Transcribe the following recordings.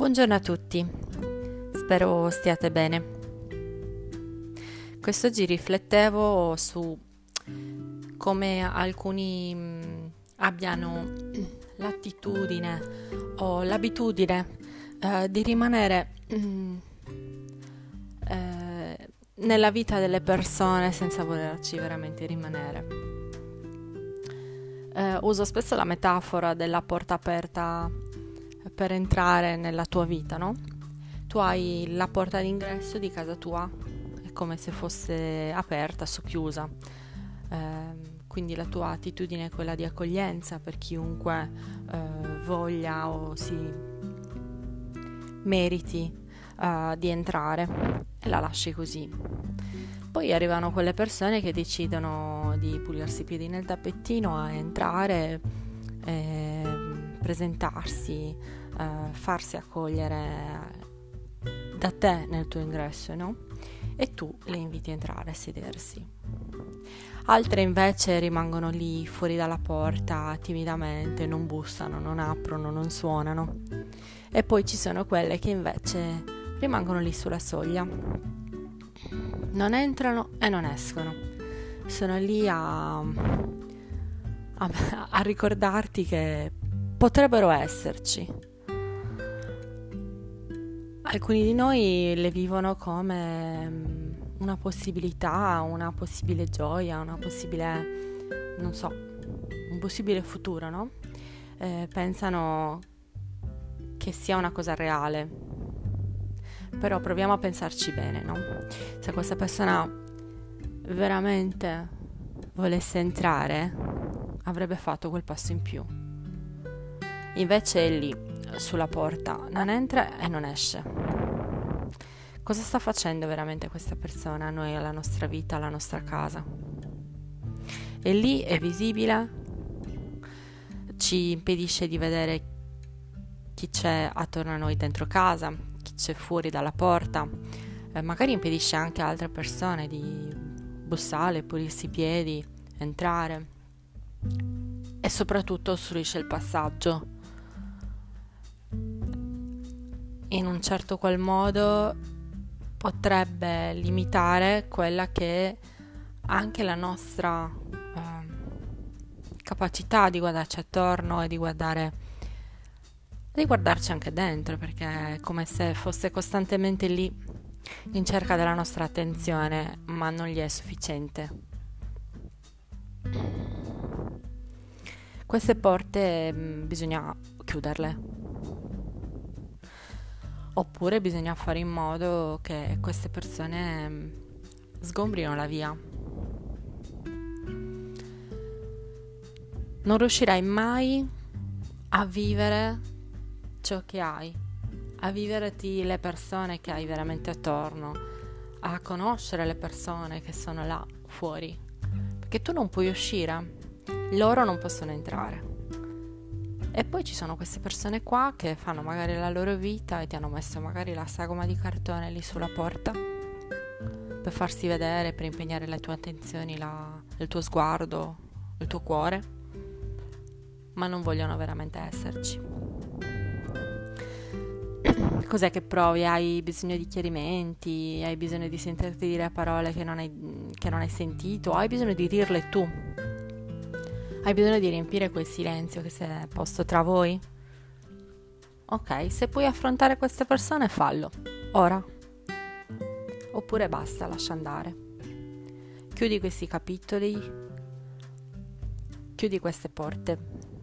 Buongiorno a tutti, spero stiate bene. Quest'oggi riflettevo su come alcuni abbiano l'attitudine o l'abitudine di rimanere nella vita delle persone senza volerci veramente rimanere. Uso spesso la metafora della porta aperta per entrare nella tua vita, no? Tu hai la porta d'ingresso di casa tua, è come se fosse aperta, socchiusa, quindi la tua attitudine è quella di accoglienza per chiunque voglia o si meriti di entrare e la lasci così. Poi arrivano quelle persone che decidono di pulirsi i piedi nel tappettino, a entrare, presentarsi, farsi accogliere da te nel tuo ingresso, no? E tu le inviti a entrare, a sedersi. Altre invece rimangono lì fuori dalla porta timidamente, non bussano, non aprono, non suonano. E poi ci sono quelle che invece rimangono lì sulla soglia. Non entrano e non escono. Sono lì a ricordarti che potrebbero esserci. Alcuni di noi le vivono come una possibilità, una possibile gioia, una possibile, non so, un possibile futuro, no? Pensano che sia una cosa reale. Però proviamo a pensarci bene, no? Se questa persona veramente volesse entrare, avrebbe fatto quel passo in più. Invece è lì, sulla porta, non entra e non esce. Cosa sta facendo veramente questa persona a noi, alla nostra vita, alla nostra casa? È lì, è visibile, ci impedisce di vedere chi c'è attorno a noi dentro casa, chi c'è fuori dalla porta, magari impedisce anche a altre persone di bussare, pulirsi i piedi, entrare e soprattutto ostruisce il passaggio. In un certo qual modo potrebbe limitare quella che è anche la nostra capacità di guardarci attorno e di guardarci anche dentro, perché è come se fosse costantemente lì in cerca della nostra attenzione, ma non gli è sufficiente. Queste porte bisogna chiuderle. Oppure bisogna fare in modo che queste persone sgombrino la via. Non riuscirai mai a vivere ciò che hai, a viverti le persone che hai veramente attorno, a conoscere le persone che sono là fuori, perché tu non puoi uscire, loro non possono entrare. E poi ci sono queste persone qua che fanno magari la loro vita e ti hanno messo magari la sagoma di cartone lì sulla porta per farsi vedere, per impegnare le tue attenzioni, il tuo sguardo, il tuo cuore, ma non vogliono veramente esserci. Cos'è che provi? Hai bisogno di chiarimenti? Hai bisogno di sentirti dire parole che non hai sentito? O hai bisogno di dirle tu? Hai bisogno di riempire quel silenzio che si è posto tra voi? Ok, se puoi affrontare queste persone, fallo, ora. Oppure basta, lascia andare. Chiudi questi capitoli, chiudi queste porte.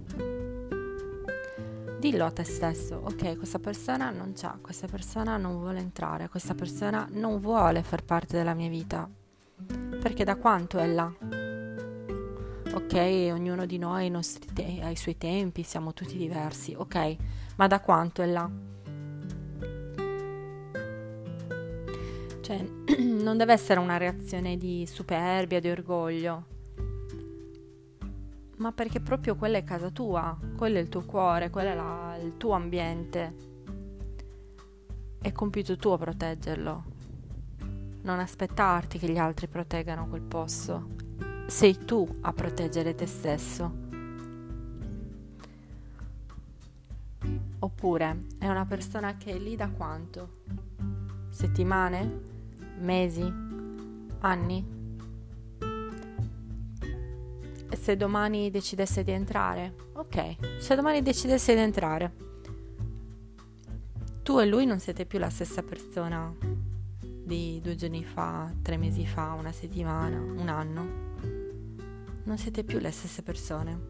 Dillo a te stesso, ok, questa persona non c'ha, questa persona non vuole entrare, questa persona non vuole far parte della mia vita. Perché da quanto è là? Ok, ognuno di noi ha i suoi tempi, siamo tutti diversi, ok, ma da quanto è là? Cioè, non deve essere una reazione di superbia, di orgoglio, ma perché proprio quella è casa tua, quello è il tuo cuore, quello è il tuo ambiente. È compito tuo proteggerlo, non aspettarti che gli altri proteggano quel posto. Sei tu a proteggere te stesso. Oppure è una persona che è lì da quanto? Settimane? Mesi? Anni? E se domani decidesse di entrare? Ok, se domani decidesse di entrare, tu e lui non siete più la stessa persona di 2 giorni fa, 3 mesi fa, una settimana, un anno. Non siete più le stesse persone.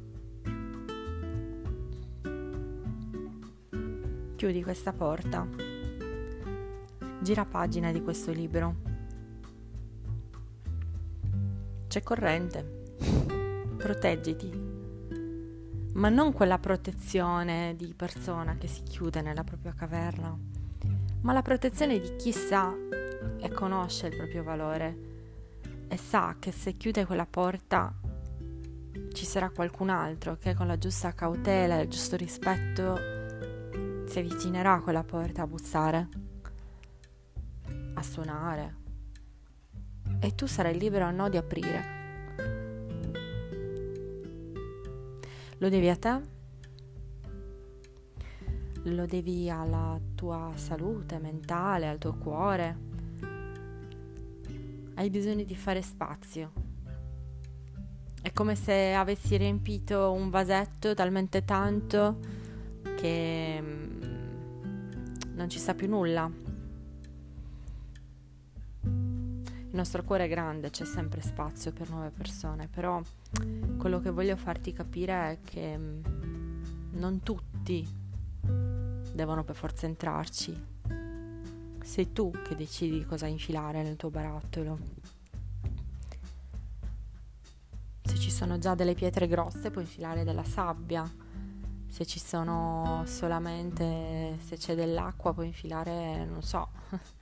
Chiudi questa porta. Gira pagina di questo libro. C'è corrente. Proteggiti. Ma non quella protezione di persona che si chiude nella propria caverna, ma la protezione di chi sa e conosce il proprio valore e sa che se chiude quella porta ci sarà qualcun altro che con la giusta cautela e il giusto rispetto si avvicinerà a quella porta a bussare, a suonare, e tu sarai libero o no di aprire. Lo devi a te, lo devi alla tua salute mentale, al tuo cuore. Hai bisogno di fare spazio. È come se avessi riempito un vasetto talmente tanto che non ci sta più nulla. Il nostro cuore è grande, c'è sempre spazio per nuove persone, però quello che voglio farti capire è che non tutti devono per forza entrarci. Sei tu che decidi cosa infilare nel tuo barattolo. Se ci sono già delle pietre grosse, puoi infilare della sabbia. Se ci sono solamente, se c'è dell'acqua, puoi infilare, non so,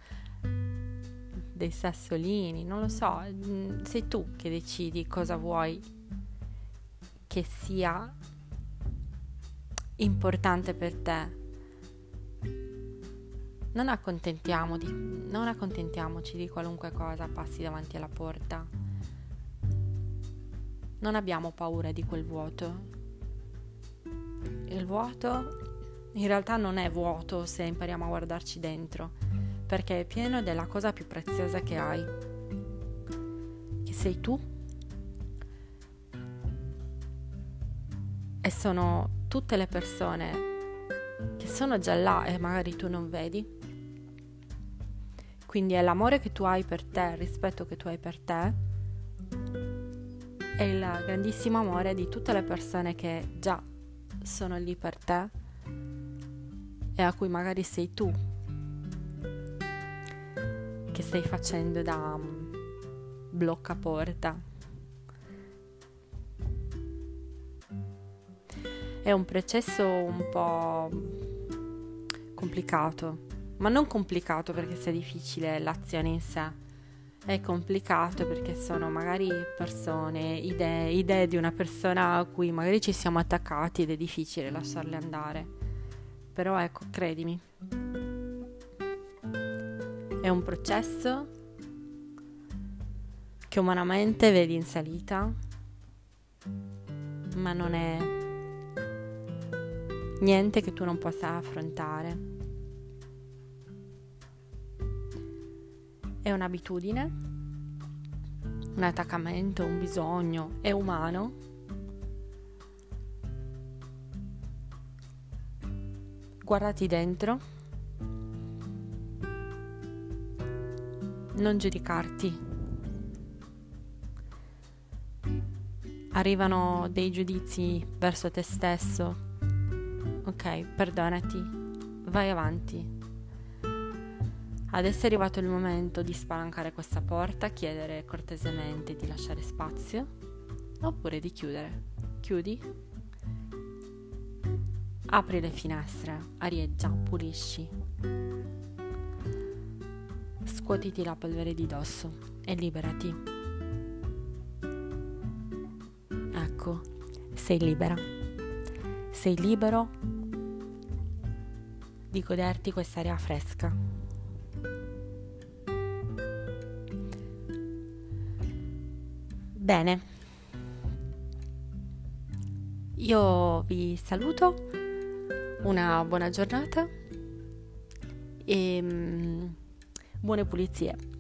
dei sassolini, non lo so. Sei tu che decidi cosa vuoi che sia importante per te. Non accontentiamoci di qualunque cosa passi davanti alla porta. Non abbiamo paura di quel vuoto. Il vuoto in realtà non è vuoto se impariamo a guardarci dentro, perché è pieno della cosa più preziosa che hai, che sei tu, e sono tutte le persone che sono già là e magari tu non vedi. Quindi è l'amore che tu hai per te, il rispetto che tu hai per te, e il grandissimo amore di tutte le persone che già sono lì per te e a cui magari sei tu che stai facendo da bloccaporta. È un processo un po' complicato, ma non complicato perché sia difficile l'azione in sé. È complicato perché sono magari persone, idee di una persona a cui magari ci siamo attaccati ed è difficile lasciarle andare. Però ecco, credimi, è un processo che umanamente vedi in salita, ma non è niente che tu non possa affrontare. È un'abitudine, un attaccamento, un bisogno, è umano. Guardati dentro, non giudicarti. Arrivano dei giudizi verso te stesso. Ok, perdonati, vai avanti. Adesso è arrivato il momento di spalancare questa porta, chiedere cortesemente di lasciare spazio, oppure di chiudere. Chiudi. Apri le finestre, arieggia, pulisci. Scuotiti la polvere di dosso e liberati. Ecco, sei libera. Sei libero di goderti quest'aria fresca. Bene, io vi saluto, una buona giornata e buone pulizie.